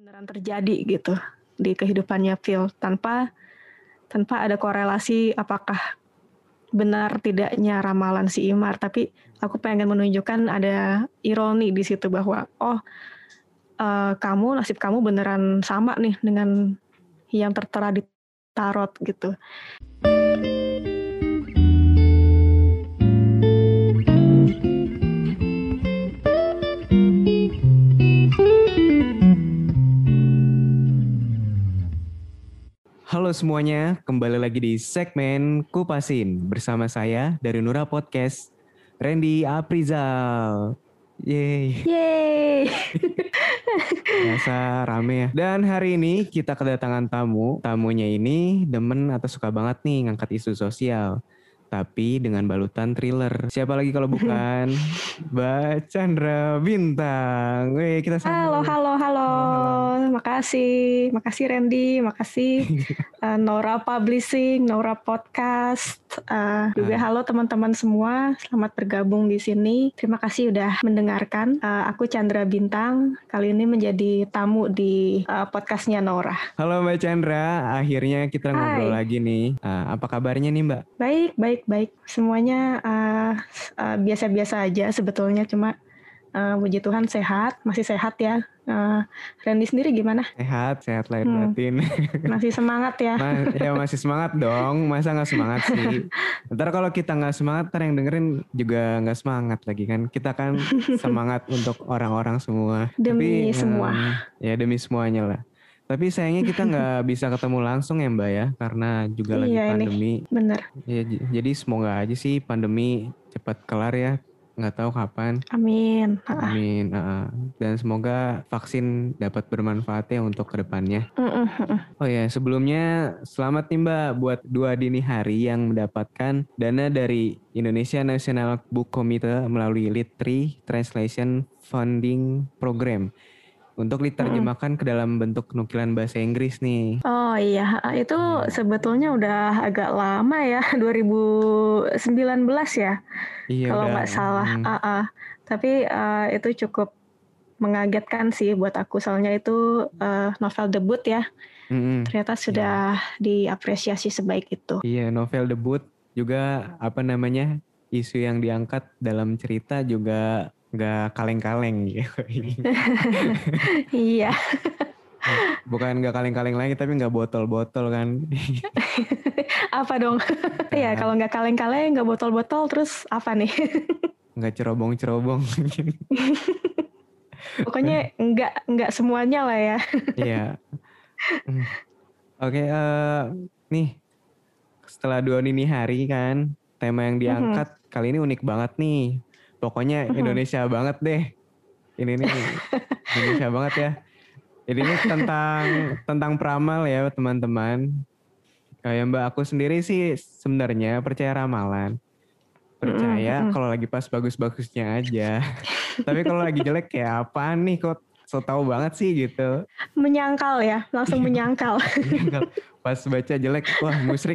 beneran terjadi gitu di kehidupannya Phil tanpa tanpa ada korelasi apakah benar tidaknya ramalan si Imar, tapi aku pengen menunjukkan ada ironi di situ bahwa nasib kamu beneran sama nih dengan yang tertera di tarot gitu. Halo semuanya, kembali lagi di segmen Kupasin bersama saya dari Nura Podcast, Randy Aprizal. Yeay, Yeay. biasa rame ya. Dan hari ini kita kedatangan tamu. Tamunya ini demen atau suka banget nih ngangkat isu sosial, tapi dengan balutan thriller. Siapa lagi kalau bukan Mbak Chandra Bintang. Weh, kita Halo, sambut. halo, halo. Halo. Makasih Randy, makasih Nora Publishing, Nora Podcast. Juga halo teman-teman semua, selamat bergabung di sini. Terima kasih udah mendengarkan. Aku Chandra Bintang, kali ini menjadi tamu di podcastnya Nora. Halo Mbak Chandra, akhirnya kita ngobrol Hai. lagi nih. Apa kabarnya nih Mbak? Baik. Semuanya biasa-biasa aja sebetulnya, cuma puji Tuhan masih sehat ya. Randy sendiri gimana? Sehat lahir batin. Masih semangat ya? Ya masih semangat dong, masa nggak semangat sih? Ntar kalau kita nggak semangat, ntar yang dengerin juga nggak semangat lagi kan. Kita kan semangat untuk orang-orang semua. Demi Tapi semua. ya demi semuanya lah. Tapi sayangnya kita nggak bisa ketemu langsung ya Mbak ya, karena juga lagi Iya ini, pandemi. bener. Ya, jadi semoga aja sih pandemi cepat kelar ya. Nggak tahu kapan. Amin. Amin. Dan semoga vaksin dapat bermanfaat ya untuk kedepannya. Oh ya, sebelumnya selamat nih Mbak buat 2 dini hari yang mendapatkan dana dari Indonesia National Book Committee melalui Lit3 Translation Funding Program untuk diterjemahkan ke dalam bentuk nukilan bahasa Inggris nih. Oh iya, itu sebetulnya udah agak lama ya, 2019 ya, Iya kalau udah. nggak salah. Tapi itu cukup mengagetkan sih buat aku, soalnya itu novel debut ya. Ternyata sudah diapresiasi sebaik itu. Iya, novel debut juga isu yang diangkat dalam cerita juga nggak kaleng-kaleng gitu. Iya. Bukan nggak kaleng-kaleng lagi tapi nggak botol-botol kan. Apa dong? Ya kalau nggak kaleng-kaleng, nggak botol-botol, terus apa nih? Nggak cerobong-cerobong. Pokoknya nggak semuanya lah ya. Iya. Oke, nih setelah 2 dini hari kan, tema yang diangkat kali ini unik banget nih. Pokoknya Indonesia banget deh. Ini nih Indonesia banget ya. Ini tentang peramal ya teman-teman. Kayak Mbak aku sendiri sih sebenarnya percaya ramalan. Percaya kalau lagi pas bagus-bagusnya aja. Tapi kalau lagi jelek kayak apaan nih kok so tau banget sih gitu. Menyangkal ya, langsung menyangkal. Pas baca jelek, wah musrik.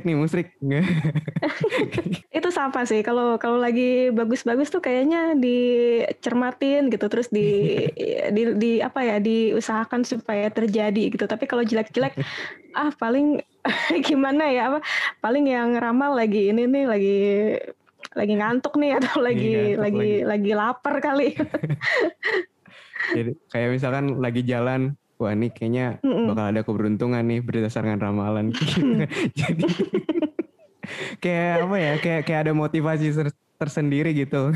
Itu sama sih, kalau lagi bagus-bagus tuh kayaknya dicermatin gitu, terus di apa ya, diusahakan supaya terjadi gitu. Tapi kalau jelek-jelek, paling gimana ya, paling yang ramal lagi ini nih lagi ngantuk nih, atau lagi lapar kali. Jadi kayak misalkan lagi jalan, wah ini kayaknya bakal ada keberuntungan nih berdasarkan ramalan. Jadi kayak apa ya? Kayak ada motivasi tersendiri gitu.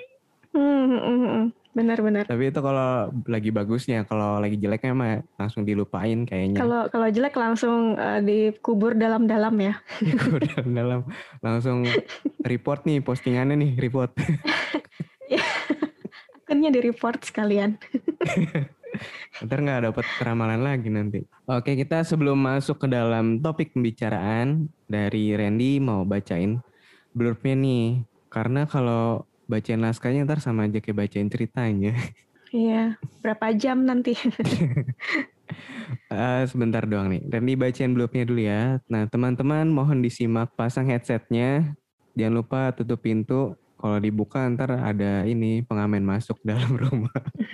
Benar. Tapi itu kalau lagi bagusnya, kalau lagi jeleknya mah langsung dilupain kayaknya. Kalau jelek langsung dikubur dalam-dalam ya. Dikubur dalam, langsung report nih postingannya nih, report. Akhirnya di-report sekalian. Ntar nggak dapat ramalan lagi nanti. Oke, kita sebelum masuk ke dalam topik pembicaraan, dari Randy mau bacain blurbnya nih. Karena kalau bacain naskahnya ntar sama aja kayak bacain ceritanya. Iya, berapa jam nanti? Sebentar doang nih. Randy bacain blurbnya dulu ya. Nah, teman-teman mohon disimak, pasang headsetnya. Jangan lupa tutup pintu. Kalau dibuka ntar ada ini pengamen masuk dalam rumah.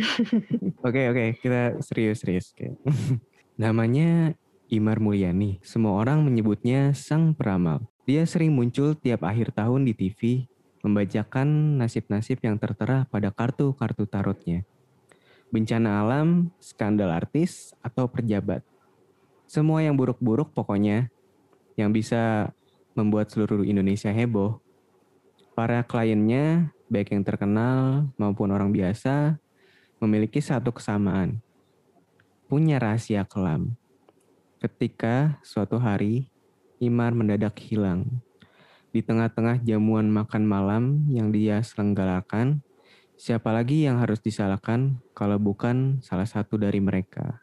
Oke, kita serius. Oke. Namanya Imar Mulyani. Semua orang menyebutnya sang peramal. Dia sering muncul tiap akhir tahun di TV, membacakan nasib-nasib yang tertera pada kartu-kartu tarotnya. Bencana alam, skandal artis, atau pejabat. Semua yang buruk-buruk pokoknya, yang bisa membuat seluruh Indonesia heboh. Para kliennya, baik yang terkenal maupun orang biasa, memiliki satu kesamaan. Punya rahasia kelam. Ketika suatu hari, Imar mendadak hilang. Di tengah-tengah jamuan makan malam yang dia selenggarakan, siapa lagi yang harus disalahkan kalau bukan salah satu dari mereka?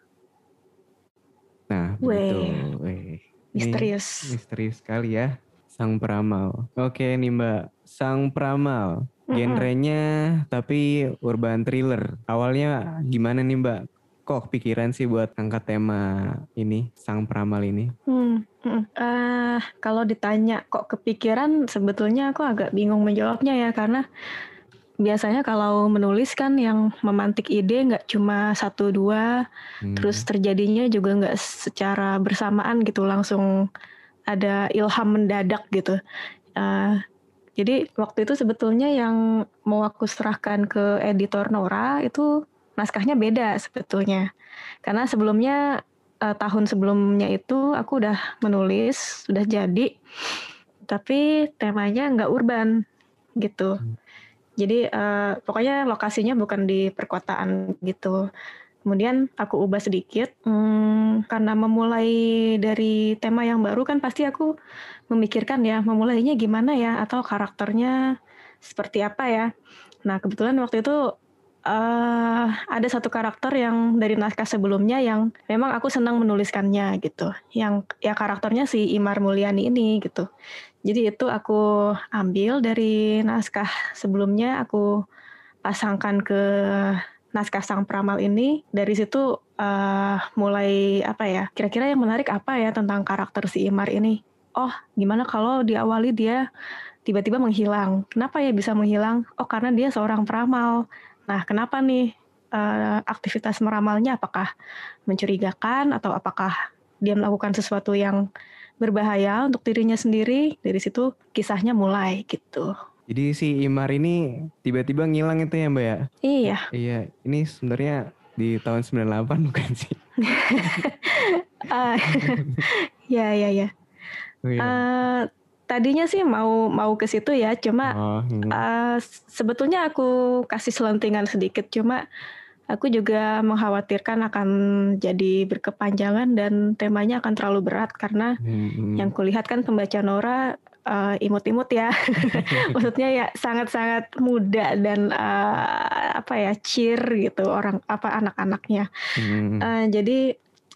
Nah, begitu. Ini Misterius. misterius sekali ya. Sang peramal. Oke nih Mbak, sang peramal. Genrenya tapi urban thriller. Awalnya gimana nih Mbak? Kok kepikiran sih buat angkat tema ini, sang peramal ini? Kalau ditanya kok kepikiran, sebetulnya aku agak bingung menjawabnya ya, karena biasanya kalau menulis kan yang memantik ide nggak cuma 1-2, terus terjadinya juga nggak secara bersamaan gitu, langsung ada ilham mendadak gitu. Jadi waktu itu sebetulnya yang mau aku serahkan ke editor Nora itu naskahnya beda sebetulnya. Karena sebelumnya tahun sebelumnya itu aku udah menulis, sudah jadi, tapi temanya nggak urban gitu. Jadi pokoknya lokasinya bukan di perkotaan gitu. Kemudian aku ubah sedikit, karena memulai dari tema yang baru kan pasti aku memikirkan ya, memulainya gimana ya, atau karakternya seperti apa ya. Nah kebetulan waktu itu ada satu karakter yang dari naskah sebelumnya yang memang aku senang menuliskannya gitu. Yang ya karakternya si Imar Mulyani ini gitu. Jadi itu aku ambil dari naskah sebelumnya, aku pasangkan ke naskah sang peramal ini. Dari situ mulai apa ya, kira-kira yang menarik apa ya tentang karakter si Imar ini. Oh gimana kalau diawali dia tiba-tiba menghilang. Kenapa ya bisa menghilang? Oh karena dia seorang peramal. Nah kenapa nih aktivitas meramalnya, apakah mencurigakan atau apakah dia melakukan sesuatu yang berbahaya untuk dirinya sendiri. Dari situ kisahnya mulai gitu. Jadi si Imar ini tiba-tiba ngilang itu ya Mbak ya? Iya. Iya, ini sebenarnya di tahun 98 bukan sih? Ya. Oh, iya. Tadinya sih mau ke situ ya, cuma sebetulnya aku kasih selentingan sedikit, cuma aku juga mengkhawatirkan akan jadi berkepanjangan dan temanya akan terlalu berat karena yang kulihat kan pembaca Nora imut-imut ya. Maksudnya ya sangat-sangat muda dan apa ya, cheer gitu orang anak-anaknya. Jadi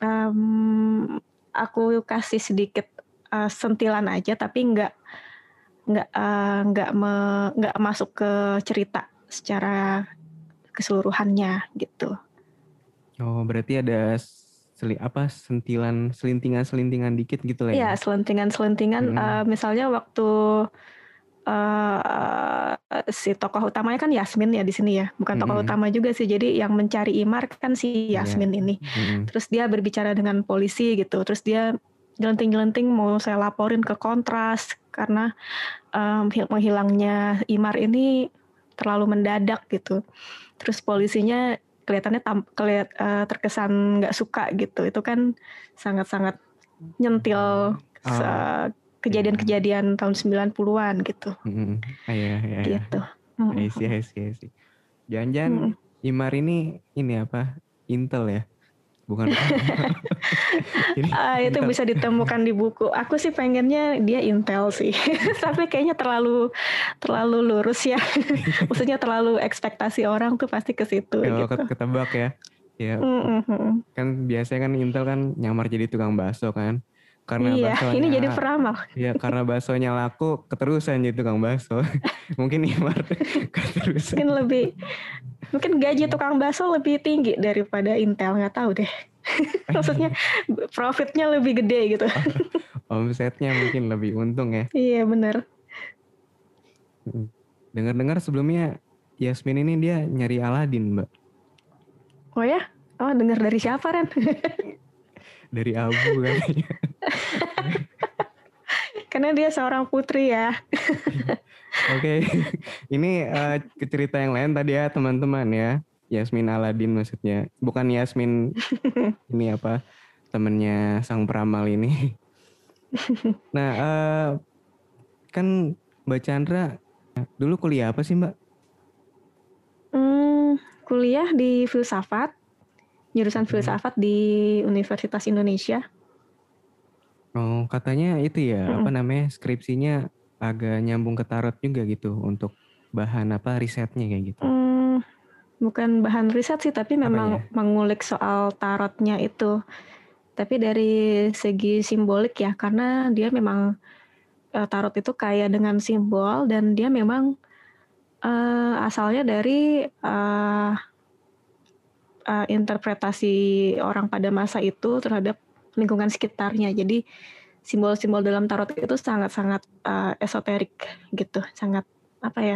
aku kasih sedikit sentilan aja, tapi nggak masuk ke cerita secara keseluruhannya gitu. Oh, berarti ada selintingan dikit gitu lah ya? Iya, selentingan. Misalnya waktu si tokoh utamanya kan Yasmin ya di sini ya, bukan tokoh utama juga sih. Jadi yang mencari Imar kan si Yasmin ini. Terus dia berbicara dengan polisi gitu. Terus dia jelenting-jelenting mau saya laporin ke Kontras karena menghilangnya Imar ini terlalu mendadak gitu. Terus polisinya kelihatannya terkesan nggak suka gitu. Itu kan sangat-sangat nyentil kejadian-kejadian tahun 90-an gitu. Iya. Gitu. I see. Jangan-jangan Imar ini apa? Intel ya? Bukan. Itu bisa ditemukan di buku. Aku sih pengennya dia Intel sih. Tapi kayaknya terlalu lurus ya. Maksudnya terlalu ekspektasi orang tuh pasti ke situ gitu. Ketebak ya. Ya. Kan biasanya kan Intel kan nyamar jadi tukang bakso kan. Karena baksonya, ini jadi peramal. Iya, karena baksonya laku, keterusan jadi tukang bakso. Mungkin Imar keterusan. Mungkin gaji tukang bakso lebih tinggi daripada Intel, nggak tahu deh. Maksudnya profitnya lebih gede gitu. Omsetnya mungkin lebih untung ya. Iya benar. Dengar-dengar sebelumnya Yasmin ini dia nyari Aladin, Mbak. Oh ya? Oh, dengar dari siapa, Ren? Dari Abu katanya. Karena dia seorang putri ya. Oke. Ini ke cerita yang lain tadi ya teman-teman ya. Yasmin Aladin maksudnya. Bukan Yasmin ini apa temennya sang peramal ini. Nah kan Mbak Chandra dulu kuliah apa sih Mbak? Kuliah di filsafat, jurusan filsafat di Universitas Indonesia. Oh katanya itu ya apa namanya skripsinya agak nyambung ke tarot juga gitu untuk bahan apa risetnya kayak gitu. Bukan bahan riset sih, tapi memang Apanya? mengulik soal tarotnya itu. Tapi dari segi simbolik ya, karena dia memang tarot itu kaya dengan simbol dan dia memang asalnya dari interpretasi orang pada masa itu terhadap lingkungan sekitarnya. Jadi simbol-simbol dalam tarot itu sangat-sangat esoterik gitu, sangat apa ya,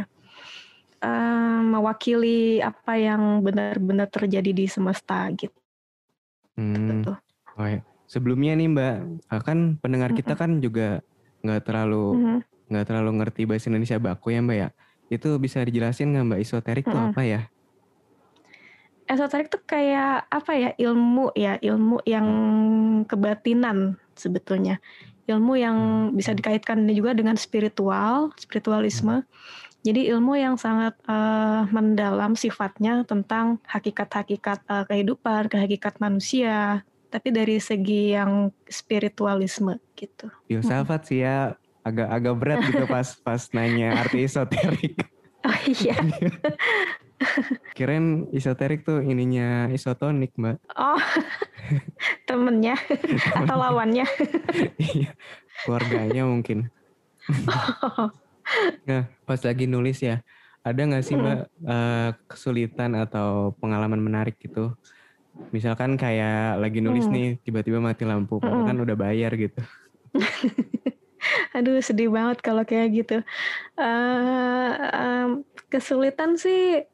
mewakili apa yang benar-benar terjadi di semesta gitu. Oh ya. Sebelumnya nih Mbak, kan pendengar kita kan juga nggak terlalu ngerti bahasa Indonesia baku ya Mbak ya. Itu bisa dijelasin nggak Mbak esoterik itu apa ya? Esoterik tuh kayak apa ya, ilmu yang kebatinan sebetulnya. Ilmu yang bisa dikaitkan juga dengan spiritualisme. Jadi ilmu yang sangat mendalam sifatnya tentang hakikat-hakikat kehidupan, hakikat manusia. Tapi dari segi yang spiritualisme gitu. Filsafat sih ya, agak berat gitu pas nanya arti esoterik. Oh iya. Kirain esoterik tuh ininya isotonik Mbak. Oh, temennya atau lawannya. Iya, keluarganya mungkin. Nah, pas lagi nulis ya, ada nggak sih Mbak kesulitan atau pengalaman menarik gitu? Misalkan kayak lagi nulis nih, tiba-tiba mati lampu, padahal kan udah bayar gitu. Aduh, sedih banget kalau kayak gitu. Kesulitan sih,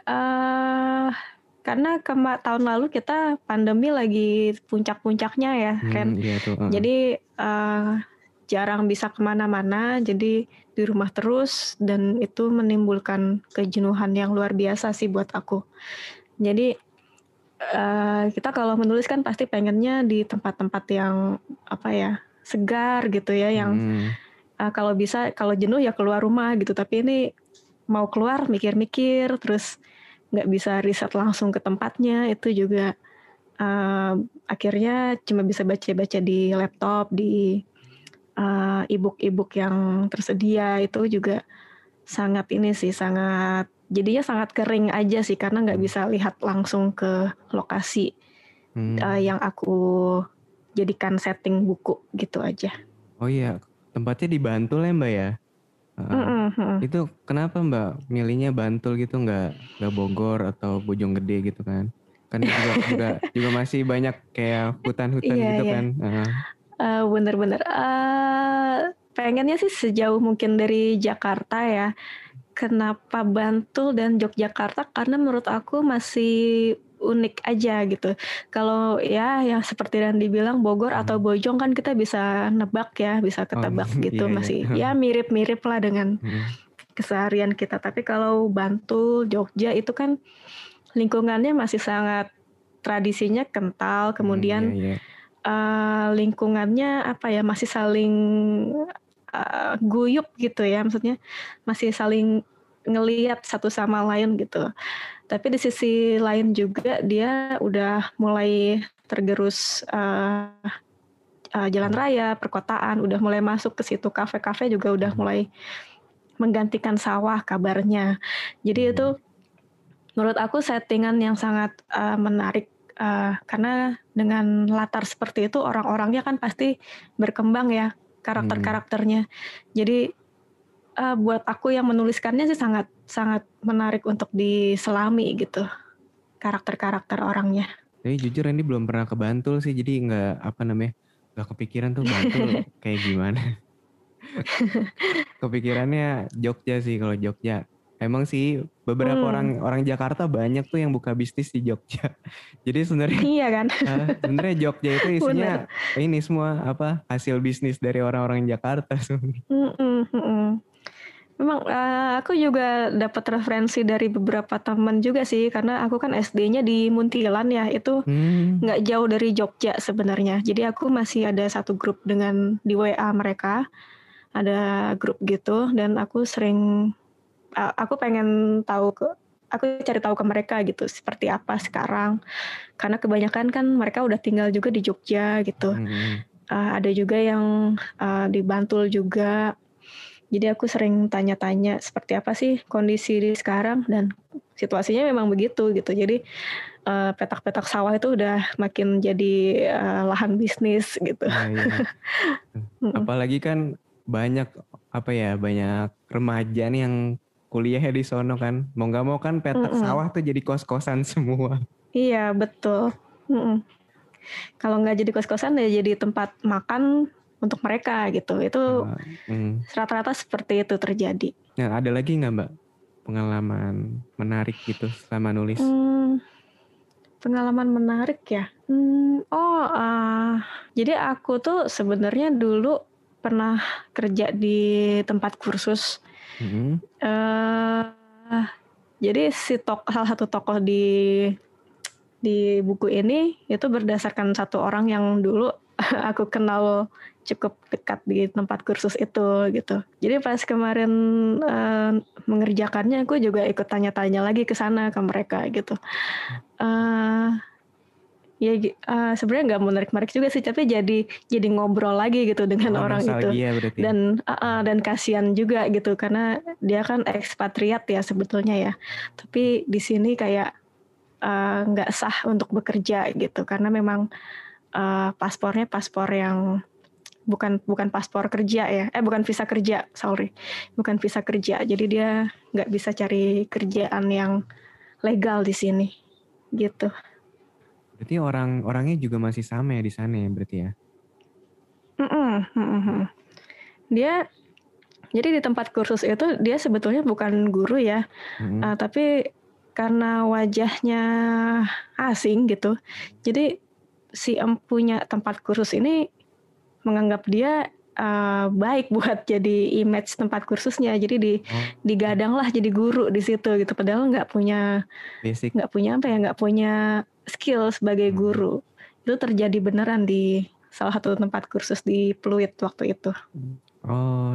karena tahun lalu kita pandemi lagi puncak-puncaknya ya, Ren. Iya tuh. Jadi jarang bisa kemana-mana, jadi di rumah terus dan itu menimbulkan kejenuhan yang luar biasa sih buat aku. Jadi kita kalau menulis kan pasti pengennya di tempat-tempat yang apa ya, segar gitu ya, yang kalau bisa kalau jenuh ya keluar rumah gitu. Tapi ini mau keluar mikir-mikir, terus nggak bisa riset langsung ke tempatnya, itu juga akhirnya cuma bisa baca-baca di laptop, di e-book yang tersedia. Itu juga sangat ini sih, jadinya sangat kering aja sih karena nggak bisa lihat langsung ke lokasi yang aku jadikan setting buku gitu aja. Oh iya, tempatnya di Bantul ya Mbak ya? Itu kenapa Mbak milihnya Bantul gitu, nggak Bogor atau Bojonggede gitu kan? Kan juga masih banyak kayak hutan-hutan Iya, gitu iya. kan? Bener-bener. Pengennya sih sejauh mungkin dari Jakarta ya. Kenapa Bantul dan Yogyakarta? Karena menurut aku masih unik aja gitu. Kalau ya yang seperti yang dibilang Bogor atau Bojong kan kita bisa nebak ya, bisa ketebak gitu. Iya, Masih iya. ya mirip-mirip lah dengan keseharian kita. Tapi kalau Bantul, Jogja itu kan lingkungannya masih sangat tradisinya kental, kemudian Iya. lingkungannya apa ya, masih saling guyup gitu ya, maksudnya masih saling ngelihat satu sama lain gitu. Tapi di sisi lain juga dia udah mulai tergerus jalan raya, perkotaan, udah mulai masuk ke situ, kafe-kafe juga udah mulai menggantikan sawah kabarnya. Jadi itu menurut aku settingan yang sangat menarik, karena dengan latar seperti itu orang-orangnya kan pasti berkembang ya karakter-karakternya. Jadi buat aku yang menuliskannya sih sangat menarik untuk diselami gitu karakter-karakter orangnya. Tapi jujur ini belum pernah ke Bantul sih, jadi nggak kepikiran tuh Bantul kayak gimana. Kepikirannya Jogja sih, kalau Jogja Emang sih beberapa Hmm, orang Jakarta banyak tuh yang buka bisnis di Jogja. Jadi sebenarnya iya kan? sebenarnya Jogja itu Bener. isinya ini semua apa hasil bisnis dari orang-orang Jakarta sebenarnya. Mm-mm, mm-mm. Memang aku juga dapat referensi dari beberapa teman juga sih, karena aku kan SD-nya di Muntilan ya, itu Hmm. nggak jauh dari Jogja sebenarnya. Jadi aku masih ada satu grup dengan di WA mereka, ada grup gitu, dan aku pengen tahu aku cari tahu ke mereka gitu, seperti apa sekarang. Karena kebanyakan kan mereka udah tinggal juga di Jogja gitu. Hmm. Ada juga yang di Bantul juga. Jadi aku sering tanya-tanya seperti apa sih kondisi di sekarang, dan situasinya memang begitu gitu. Jadi petak-petak sawah itu udah makin jadi lahan bisnis gitu. Iya, iya. Mm-mm. Apalagi kan banyak apa ya, banyak remaja nih yang kuliahnya di sono kan. Mau nggak mau kan petak Mm-mm. sawah tuh jadi kos-kosan semua. Iya betul. Mm-mm. Kalau nggak jadi kos-kosan ya jadi tempat makan untuk mereka gitu. Itu Ah, hmm. rata-rata seperti itu terjadi. Nah, ada lagi nggak Mbak pengalaman menarik gitu selama nulis? Hmm, Pengalaman menarik ya. Jadi aku tuh sebenarnya dulu pernah kerja di tempat kursus. Hmm. eh jadi salah satu tokoh di buku ini itu berdasarkan satu orang yang dulu aku kenal cukup dekat di tempat kursus itu gitu. Jadi pas kemarin mengerjakannya aku juga ikut tanya-tanya lagi ke sana ke mereka gitu. Eh Ya sebenarnya nggak menarik-narik juga sih, tapi jadi ngobrol lagi gitu dengan Oh, orang itu. nostalgia berarti ya. Dan kasihan juga gitu karena dia kan ekspatriat ya sebetulnya ya. Tapi di sini kayak nggak sah untuk bekerja gitu karena memang paspornya paspor yang bukan paspor kerja ya. Bukan visa kerja, sorry. Bukan visa kerja. Jadi dia nggak bisa cari kerjaan yang legal di sini gitu. Berarti orang-orangnya juga masih sama ya di sana ya berarti ya. Mm-mm, mm-mm. Dia Jadi di tempat kursus itu dia sebetulnya bukan guru ya, Hmm. tapi karena wajahnya asing gitu, jadi si empunya tempat kursus ini menganggap dia baik buat jadi image tempat kursusnya. Jadi Oh, digadang lah jadi guru di situ gitu. Padahal basic. nggak punya apa ya, nggak punya skill sebagai Hmm. guru. Itu terjadi beneran di salah satu tempat kursus di Pluit waktu itu. Oh,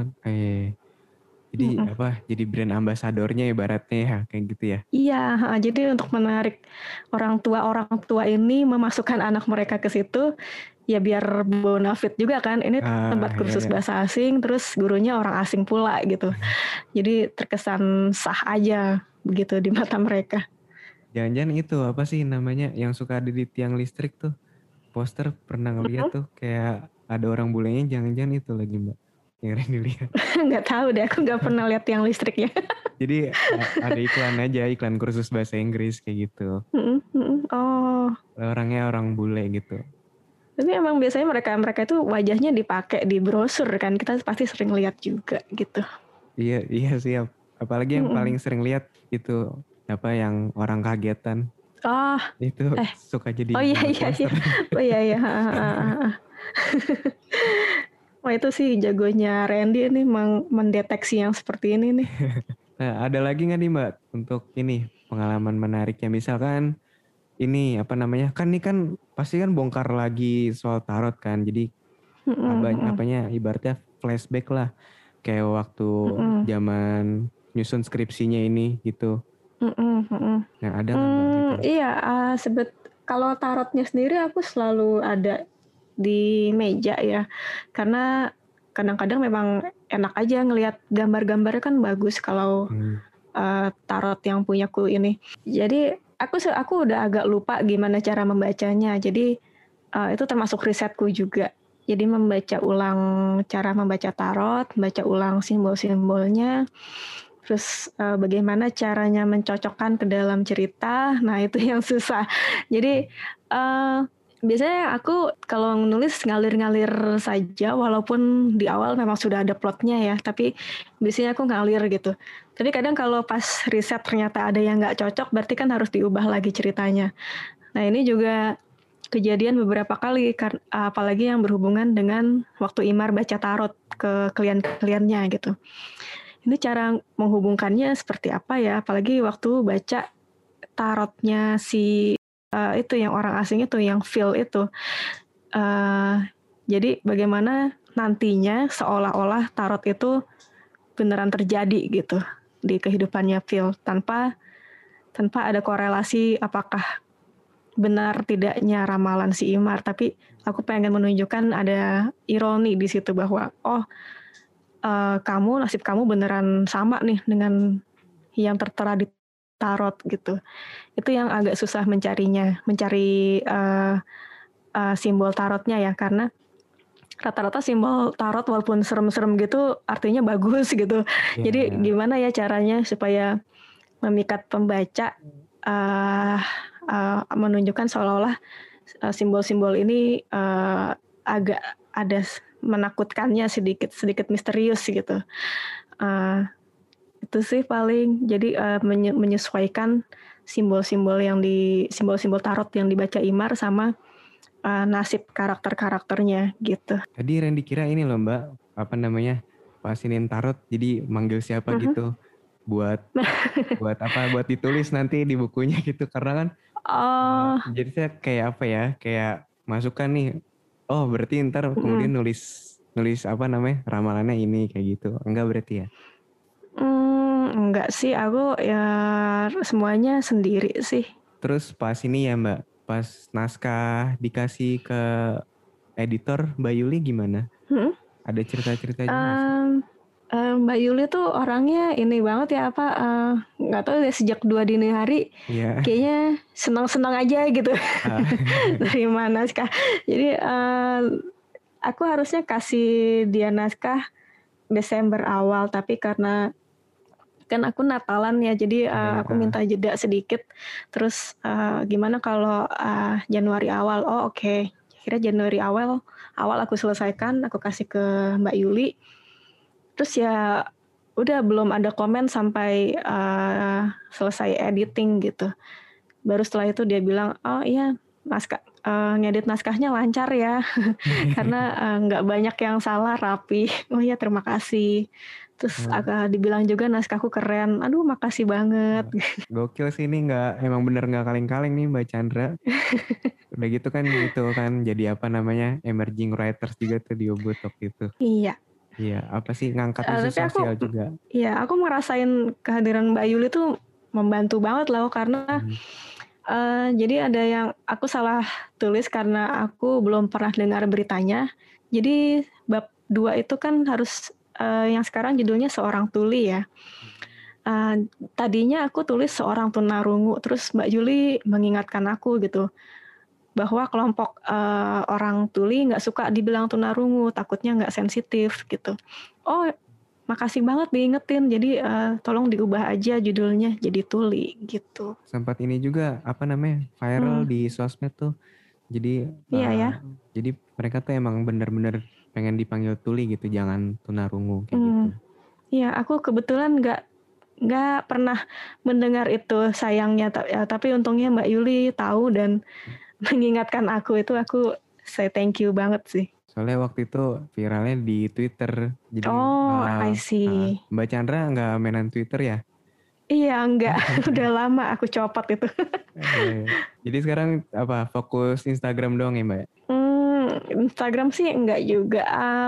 jadi Mm-mm. apa? Jadi brand ambasadornya ibaratnya ya kayak gitu ya. Iya, jadi untuk menarik orang tua ini memasukkan anak mereka ke situ, ya biar bonafit juga kan. Ini tempat Ya, kursus ya. bahasa asing, terus gurunya orang asing pula gitu. Jadi terkesan sah aja begitu di mata mereka. Jangan-jangan itu apa sih namanya yang suka ada di tiang listrik tuh? Poster pernah ngeliat Mhm. tuh kayak ada orang bulenya, jangan-jangan itu lagi Mbak yang Randy lihat. Nggak tahu deh, aku nggak pernah lihat yang listriknya. Jadi ada iklan aja, iklan kursus bahasa Inggris kayak gitu. Mhm, mhm. Oh, Orangnya orang bule gitu. tapi emang biasanya mereka itu wajahnya dipakai di brosur kan, kita pasti sering lihat juga gitu. Iya, iya siap. Apalagi yang paling Mhm. sering lihat itu apa yang orang kagetan Oh, itu eh, suka jadi oh iya buat iya iya, poster. oh iya iya. Wah itu sih jagonya Randy ini mendeteksi yang seperti ini nih. Nah, ada lagi nggak nih Mbak untuk ini pengalaman menariknya misalkan ini apa namanya kan ini kan pasti kan bongkar lagi soal tarot kan jadi Mm-mm, mm-mm, apanya ibaratnya flashback lah kayak waktu mm-mm, zaman nyusun skripsinya ini gitu. mm-mm, mm-mm. Nah, ada nggak Mbak gitu? Iya, kalau tarotnya sendiri aku selalu ada di meja ya, karena kadang-kadang memang enak aja ngelihat gambar-gambarnya kan bagus kalau Hmm. tarot yang punyaku ini. Jadi aku udah agak lupa gimana cara membacanya. Jadi itu termasuk risetku juga. Jadi membaca ulang cara membaca tarot, baca ulang simbol-simbolnya, terus bagaimana caranya mencocokkan ke dalam cerita. Nah itu yang susah. Jadi uh, Biasanya aku kalau nulis ngalir-ngalir saja, walaupun di awal memang sudah ada plotnya ya, tapi biasanya aku ngalir gitu. Tapi kadang kalau pas riset ternyata ada yang nggak cocok, berarti kan harus diubah lagi ceritanya. Nah ini juga kejadian beberapa kali, apalagi yang berhubungan dengan waktu Imar baca tarot ke klien-kliennya gitu. Ini cara menghubungkannya seperti apa ya, apalagi waktu baca tarotnya si itu yang orang asing itu, yang Phil itu. Jadi bagaimana nantinya seolah-olah tarot itu beneran terjadi gitu di kehidupannya Phil tanpa ada korelasi apakah benar tidaknya ramalan si Imar, tapi aku pengen menunjukkan ada ironi di situ bahwa nasib kamu beneran sama nih dengan yang tertera di tarot gitu. Itu yang agak susah mencari simbol tarotnya ya, karena rata-rata simbol tarot walaupun serem-serem gitu artinya bagus gitu. Jadi gimana ya caranya supaya memikat pembaca menunjukkan seolah-olah simbol-simbol ini agak ada menakutkannya, sedikit misterius gitu. Itu sih paling. Jadi menyesuaikan simbol-simbol tarot yang dibaca Imar sama nasib karakternya gitu. Tadi Randy kira ini loh Mbak, apa namanya, pasinin tarot jadi manggil siapa gitu buat buat ditulis nanti di bukunya gitu, karena kan jadi saya kayak apa ya, kayak masukkan nih, oh berarti ntar kemudian nulis apa namanya, ramalannya ini kayak gitu, enggak berarti ya? Enggak sih, aku ya semuanya sendiri sih. Terus pas ini ya Mbak, pas naskah dikasih ke editor Mbak Yuli gimana? Ada cerita-cerita juga nggak sih? Mbak Yuli tuh orangnya ini banget ya, nggak tahu ya, sejak 2 dini hari kayaknya senang-senang aja gitu terima naskah. Jadi aku harusnya kasih dia naskah Desember awal, tapi karena kan aku Natalan ya, jadi aku minta jeda sedikit. Terus gimana kalau Januari awal? Oh oke. Akhirnya Januari awal aku selesaikan, aku kasih ke Mbak Yuli. Terus ya udah belum ada komen sampai selesai editing gitu. Baru setelah itu dia bilang, oh iya ngedit naskahnya lancar ya, karena nggak banyak yang salah, rapi. Oh iya terima kasih. Terus dibilang juga naskahku keren. Aduh makasih banget. Gokil sih ini, emang bener nggak kaleng-kaleng nih Mbak Chandra. Udah gitu kan itu kan jadi apa namanya, emerging writers juga tuh di Ubud waktu itu. Iya. Iya, apa sih, ngangkat isu sosial juga. Iya, aku ngerasain kehadiran Mbak Yuli tuh membantu banget loh, karena jadi ada yang aku salah tulis karena aku belum pernah dengar beritanya. Jadi bab 2 itu kan harus yang sekarang judulnya Seorang Tuli ya. Tadinya aku tulis Seorang Tunarungu, terus Mbak Yuli mengingatkan aku gitu, bahwa kelompok orang tuli nggak suka dibilang tunarungu, takutnya nggak sensitif gitu. Oh makasih banget diingetin, jadi tolong diubah aja judulnya jadi tuli gitu. Sempat ini juga apa namanya, viral di sosmed tuh. Jadi jadi mereka tuh emang bener-bener pengen dipanggil tuli gitu, jangan tunarungu kayak gitu. Iya, aku kebetulan nggak pernah mendengar itu sayangnya, tapi untungnya Mbak Yuli tahu dan mengingatkan aku say thank you banget sih. Soalnya waktu itu viralnya di Twitter. Jadi, I see. Mbak Chandra nggak mainan Twitter ya? Iya enggak, udah lama aku copot itu. Jadi sekarang apa, fokus Instagram doang ya Mbak? Instagram sih enggak juga,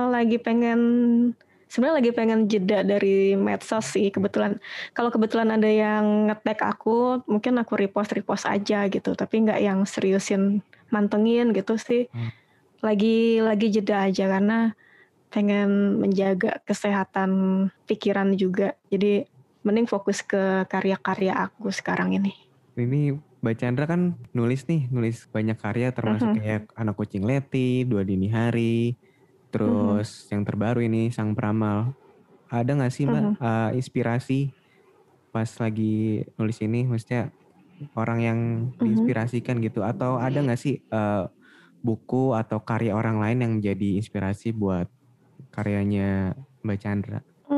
sebenarnya lagi pengen jeda dari medsos sih kebetulan. Kalau kebetulan ada yang nge-tag aku, mungkin aku repost aja gitu, tapi enggak yang seriusin mantengin gitu sih. Lagi jeda aja karena pengen menjaga kesehatan pikiran juga. Jadi mending fokus ke karya-karya aku sekarang ini. Ini Mbak Chandra kan nulis banyak karya, termasuk kayak Anak Kucing Leti, 2 Dini Hari, terus yang terbaru ini Sang Peramal. Ada nggak sih Mbak inspirasi pas lagi nulis ini, maksudnya orang yang diinspirasikan gitu, atau ada nggak sih buku atau karya orang lain yang jadi inspirasi buat karyanya Mbak Chandra?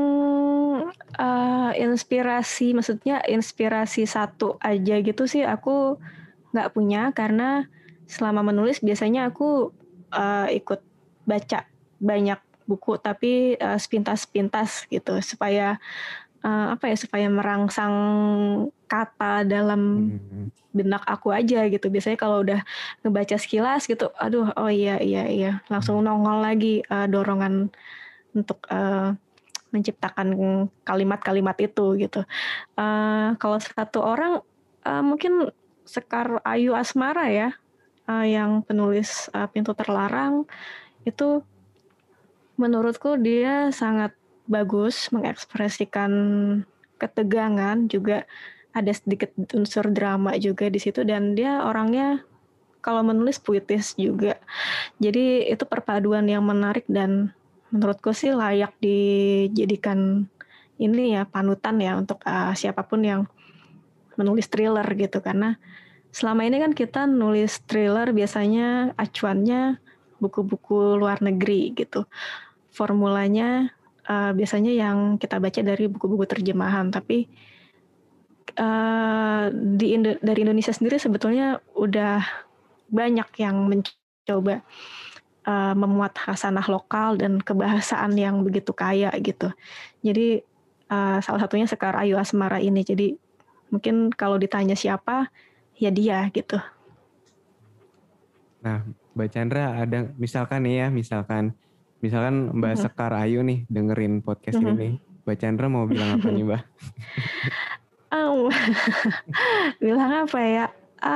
Inspirasi, maksudnya inspirasi satu aja gitu sih aku nggak punya, karena selama menulis biasanya aku ikut baca banyak buku, tapi sepintas-sepintas gitu, supaya supaya merangsang kata dalam benak aku aja gitu. Biasanya kalau udah ngebaca sekilas gitu, aduh, oh iya, langsung nongol lagi dorongan untuk menciptakan kalimat-kalimat itu gitu. Kalau satu orang mungkin Sekar Ayu Asmara ya, yang penulis Pintu Terlarang itu, menurutku dia sangat bagus mengekspresikan ketegangan, juga ada sedikit unsur drama juga di situ, dan dia orangnya kalau menulis puitis juga. Jadi itu perpaduan yang menarik dan menurutku sih layak dijadikan ini ya, panutan ya untuk siapapun yang menulis thriller gitu, karena selama ini kan kita nulis thriller biasanya acuannya buku-buku luar negeri gitu. Formulanya biasanya yang kita baca dari buku-buku terjemahan, tapi dari Indonesia sendiri sebetulnya udah banyak yang mencoba memuat khasanah lokal dan kebahasaan yang begitu kaya gitu. Jadi salah satunya Sekar Ayu Asmara ini. Jadi mungkin kalau ditanya siapa, ya dia gitu. Nah, Mbak Chandra ada misalkan nih ya, misalkan Mbak Sekar Ayu nih dengerin podcast ini nih, Mbak Chandra mau bilang apa nih, Mbak? Bilang apa ya?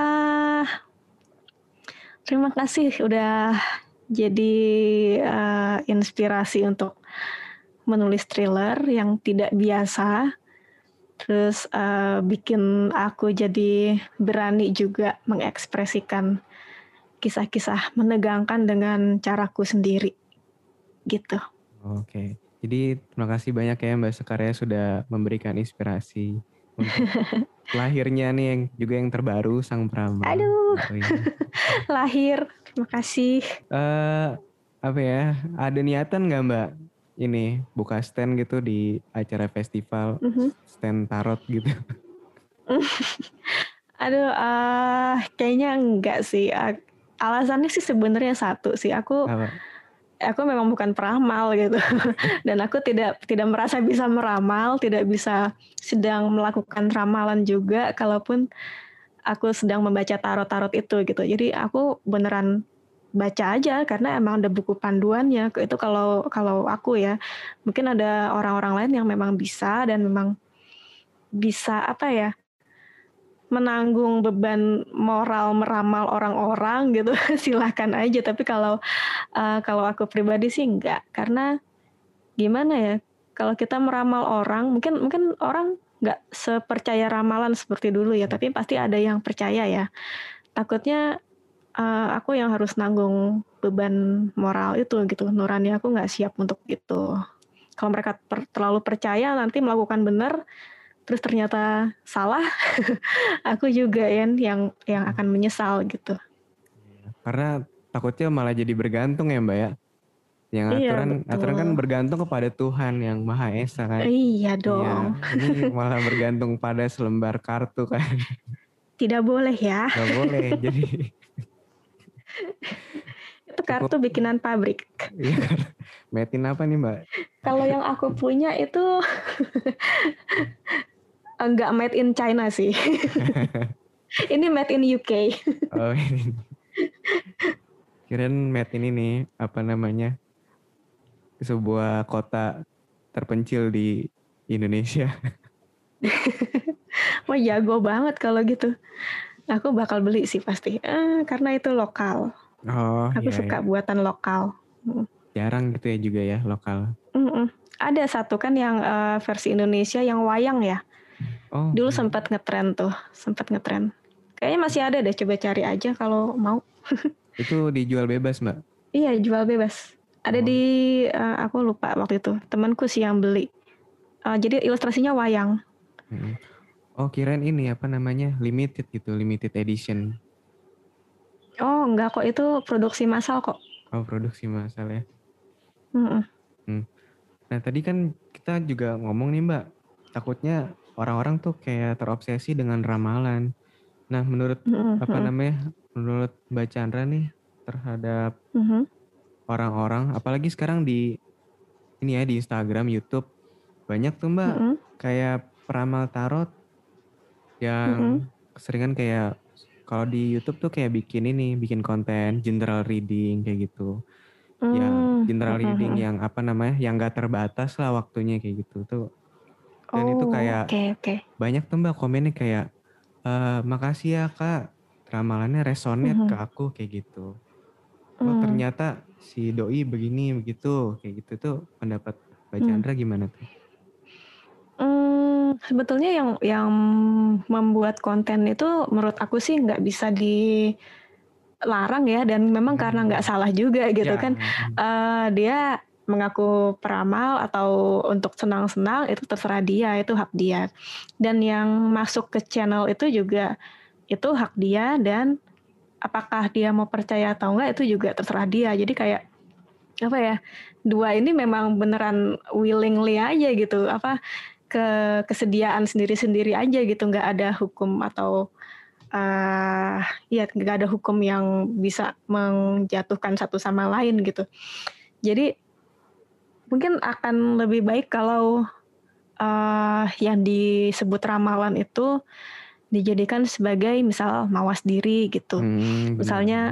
Terima kasih udah jadi inspirasi untuk menulis thriller yang tidak biasa. Terus bikin aku jadi berani juga mengekspresikan kisah-kisah menegangkan dengan caraku sendiri gitu. Oke, jadi terima kasih banyak ya Mbak Sekar ya sudah memberikan inspirasi untuk lahirnya nih yang juga yang terbaru Sang Prama. Aduh, lahir, terima kasih. Apa ya, ada niatan nggak Mbak ini buka stand gitu di acara festival, stand tarot gitu? Aduh, kayaknya enggak sih. Alasannya sih sebenarnya satu sih, aku memang bukan peramal gitu, dan aku tidak merasa bisa meramal, tidak bisa sedang melakukan ramalan juga, kalaupun aku sedang membaca tarot itu gitu. Jadi aku beneran baca aja karena emang ada buku panduannya. Itu kalau aku ya, mungkin ada orang-orang lain yang memang bisa dan memang bisa menanggung beban moral meramal orang-orang gitu. Silahkan aja. Tapi kalau aku pribadi sih enggak, karena gimana ya, kalau kita meramal orang, mungkin orang nggak sepercaya ramalan seperti dulu ya, tapi pasti ada yang percaya ya. Takutnya aku yang harus nanggung beban moral itu gitu. Nurani aku nggak siap untuk itu. Kalau mereka terlalu percaya nanti melakukan benar, terus ternyata salah, aku juga yang akan menyesal gitu. Karena takutnya malah jadi bergantung ya Mbak ya. Yang aturan kan bergantung kepada Tuhan yang Maha Esa kan. Iya dong. Iya, ini malah bergantung pada selembar kartu kan. Tidak boleh ya. Gak boleh, jadi itu kartu bikinan pabrik. Iya, metin apa nih Mbak? Kalau yang aku punya itu enggak made in China sih. Ini made in UK. Oh, ini. Kirain made in ini apa namanya? Sebuah kota terpencil di Indonesia. Wah, jago banget kalau gitu. Aku bakal beli sih pasti. Karena itu lokal. Oh, aku iya, suka iya. Buatan lokal. Jarang gitu ya juga ya lokal. Ada satu kan yang versi Indonesia yang wayang ya. Oh, dulu iya. sempat ngetren. Kayaknya masih ada deh, coba cari aja kalau mau. Itu dijual bebas Mbak? Iya, jual bebas. Ada di aku lupa waktu itu. Temanku sih yang beli. Jadi ilustrasinya wayang. Oh, kirain ini apa namanya limited gitu, limited edition. Oh enggak kok, itu produksi massal kok. Oh, produksi massal ya. Mm-mm. Hmm. Nah tadi kan kita juga ngomong nih Mbak, takutnya orang-orang tuh kayak terobsesi dengan ramalan. Nah menurut Mm-mm. apa Mm-mm. namanya, menurut Mbak Chandra nih terhadap Mm-mm. orang-orang, apalagi sekarang di ini ya di Instagram, YouTube banyak tuh Mbak Mm-mm. kayak peramal tarot Mm-mm. yang keseringan kayak kalau di YouTube tuh kayak bikin konten general reading kayak gitu. Ya Mm. general reading Mm-mm. yang apa namanya, yang gak terbatas lah waktunya kayak gitu tuh. Dan itu Oh kayak oke oke. banyak tuh Mbak komennya kayak makasih ya Kak, ramalannya resonate ke Mhm. aku kayak gitu. Oh Mm. ternyata si doi begini begitu kayak gitu tuh, pendapat Mbak Mm. Chandra gimana tuh? Sebetulnya yang membuat konten itu menurut aku sih nggak bisa dilarang ya, dan memang karena nggak Hmm. salah juga gitu Ya. kan. Dia mengaku peramal atau untuk senang-senang itu terserah dia, itu hak dia. Dan yang masuk ke channel itu juga itu hak dia, dan apakah dia mau percaya atau enggak itu juga terserah dia. Jadi kayak apa ya, dua ini memang beneran willingly aja gitu, apa kesediaan sendiri-sendiri aja gitu, nggak ada hukum atau ya nggak ada hukum yang bisa menjatuhkan satu sama lain gitu. Jadi mungkin akan lebih baik kalau yang disebut ramalan itu dijadikan sebagai misal mawas diri gitu. Benar-benar. Misalnya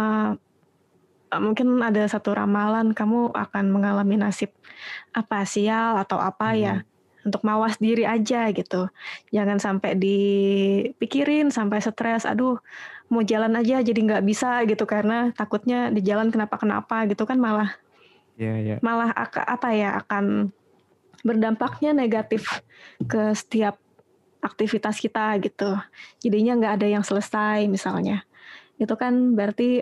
mungkin ada satu ramalan kamu akan mengalami nasib apa sial atau apa ya, Hmm. untuk mawas diri aja gitu. Jangan sampai dipikirin sampai stres, aduh mau jalan aja jadi nggak bisa gitu karena takutnya di jalan kenapa-kenapa gitu kan, malah Ya, ya. malah apa ya, akan berdampaknya negatif ke setiap aktivitas kita gitu. Jadinya nggak ada yang selesai misalnya. Itu kan berarti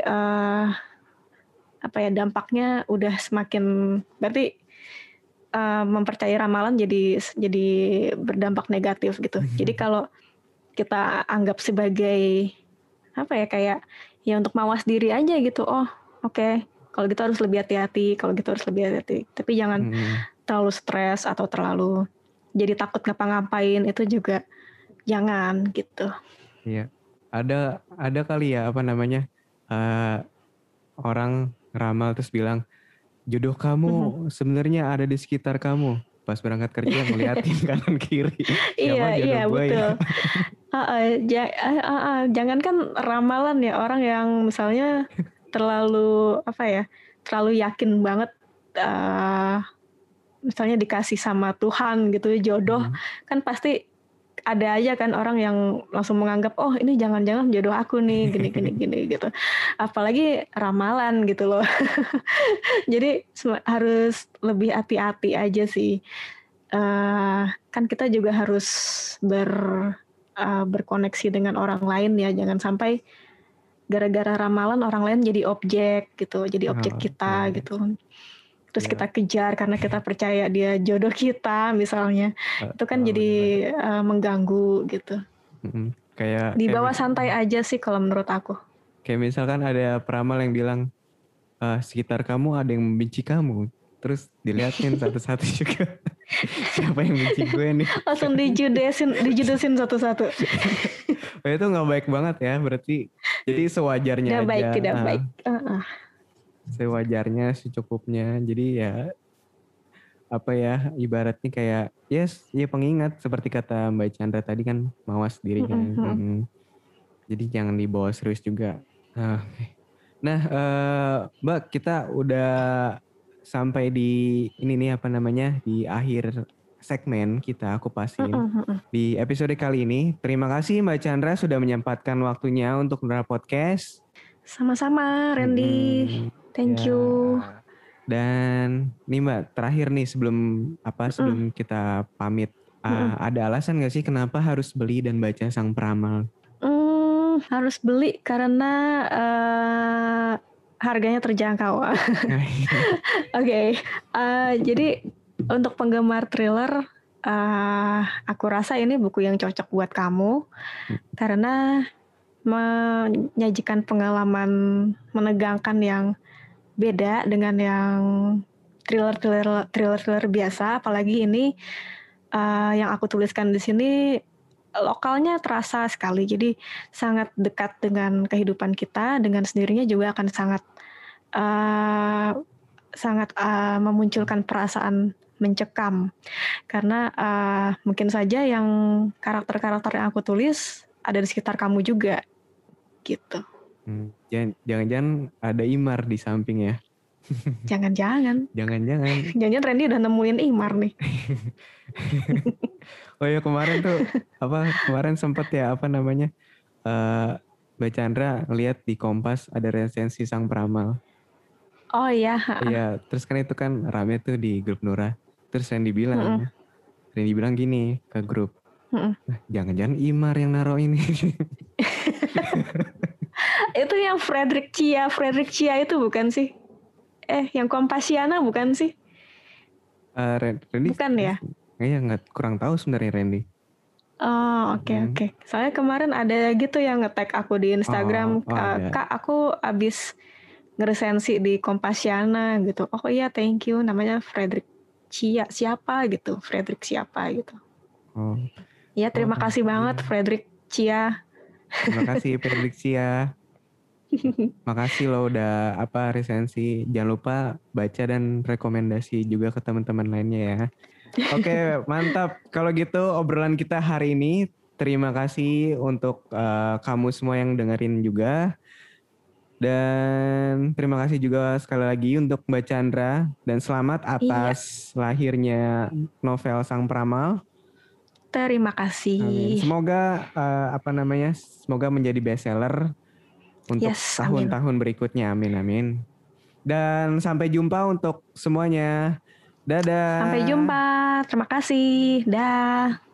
apa ya, dampaknya udah semakin, berarti mempercayai ramalan jadi berdampak negatif gitu. Jadi kalau kita anggap sebagai apa ya, kayak ya untuk mawas diri aja gitu. Oh, oke. Kalau gitu harus lebih hati-hati, kalau gitu harus lebih hati-hati. Tapi jangan Hmm. terlalu stres atau terlalu jadi takut ngapa-ngapain, itu juga jangan gitu. Iya. Ada kali ya apa namanya, eh, orang ngeramal terus bilang jodoh kamu sebenarnya ada di sekitar kamu. Pas berangkat kerja ngeliatin kanan kiri, Iya, siapa iya jodoh gue ya? betul. Jangankan ramalan ya, orang yang misalnya terlalu apa ya, terlalu yakin banget uh, misalnya dikasih sama Tuhan gitu ya jodoh, Hmm. kan pasti ada aja kan orang yang langsung menganggap oh ini jangan-jangan jodoh aku nih gini gini gini gitu. Apalagi ramalan gitu loh. Jadi harus lebih hati-hati aja sih. Kan kita juga harus berkoneksi dengan orang lain ya, jangan sampai gara-gara ramalan orang lain jadi objek gitu, jadi objek Oh, iya, kita iya. gitu. Terus kita Ya, kejar karena kita percaya dia jodoh kita misalnya, itu kan jadi benar-benar. mengganggu gitu. Kayak Dibawa santai aja sih kalau menurut aku. kayak misalkan ada peramal yang bilang sekitar kamu ada yang membenci kamu, terus diliatin satu-satu juga siapa yang benci gue nih. Langsung dijudesin satu-satu. Oh, itu nggak baik banget ya, berarti jadi sewajarnya Tidak aja, baik, tidak baik. sewajarnya secukupnya, jadi ya apa ya, ibaratnya kayak yes ya pengingat seperti kata Mbak Chandra tadi kan, mawas diri kan. Jadi jangan dibawa serius juga. Nah, Mbak, kita udah sampai di ini nih apa namanya, di akhir segmen kita kupasin. Di episode kali ini, terima kasih Mbak Chandra sudah menyempatkan waktunya untuk Nora Podcast. Sama-sama, Randy. Ya. Thank you. Dan nih Mbak, terakhir nih sebelum kita pamit, ada alasan nggak sih kenapa harus beli dan baca Sang Peramal? Harus beli karena harganya terjangkau. Oke, jadi untuk penggemar thriller, aku rasa ini buku yang cocok buat kamu karena menyajikan pengalaman menegangkan yang beda dengan yang thriller biasa. Apalagi ini yang aku tuliskan di sini lokalnya terasa sekali. Jadi sangat dekat dengan kehidupan kita. Dengan sendirinya juga akan sangat memunculkan perasaan mencekam. Karena mungkin saja yang karakter-karakter yang aku tulis ada di sekitar kamu juga. Gitu. Jangan-jangan ada Imar di samping ya? Jangan-jangan. Jangan-jangan Randy udah nemuin Imar nih. Oh ya kemarin tuh kemarin sempet ya Mbak Chandra lihat di Kompas ada resensi Sang Peramal. Oh iya. Iya, terus kan itu kan rame tuh di grup Nura. Terus Randy bilang gini ke grup, jangan-jangan Imar yang naruh ini. Itu yang Frederick Chia itu bukan sih? Yang Kompasiana bukan sih? Randy bukan ya? Iya, kurang tahu sebenarnya Randy. Oh oke. Soalnya kemarin ada gitu yang nge-tag aku di Instagram, Kak aku abis ngeresensi di Kompasiana gitu. Oh iya thank you, namanya Frederick Chia siapa gitu. Ya terima kasih banget Frederick Chia. Terima kasih Frederick Chia. Makasih lo udah resensi. Jangan lupa baca dan rekomendasi juga ke teman-teman lainnya ya. Oke, mantap. Kalau gitu obrolan kita hari ini, terima kasih untuk kamu semua yang dengerin juga. Dan terima kasih juga sekali lagi untuk Mbak Chandra. Dan selamat atas lahirnya novel Sang Peramal. Terima kasih. Amin. Semoga semoga menjadi bestseller untuk tahun-tahun berikutnya. Amin. Dan sampai jumpa untuk semuanya. Dadah. Sampai jumpa. Terima kasih. Dah.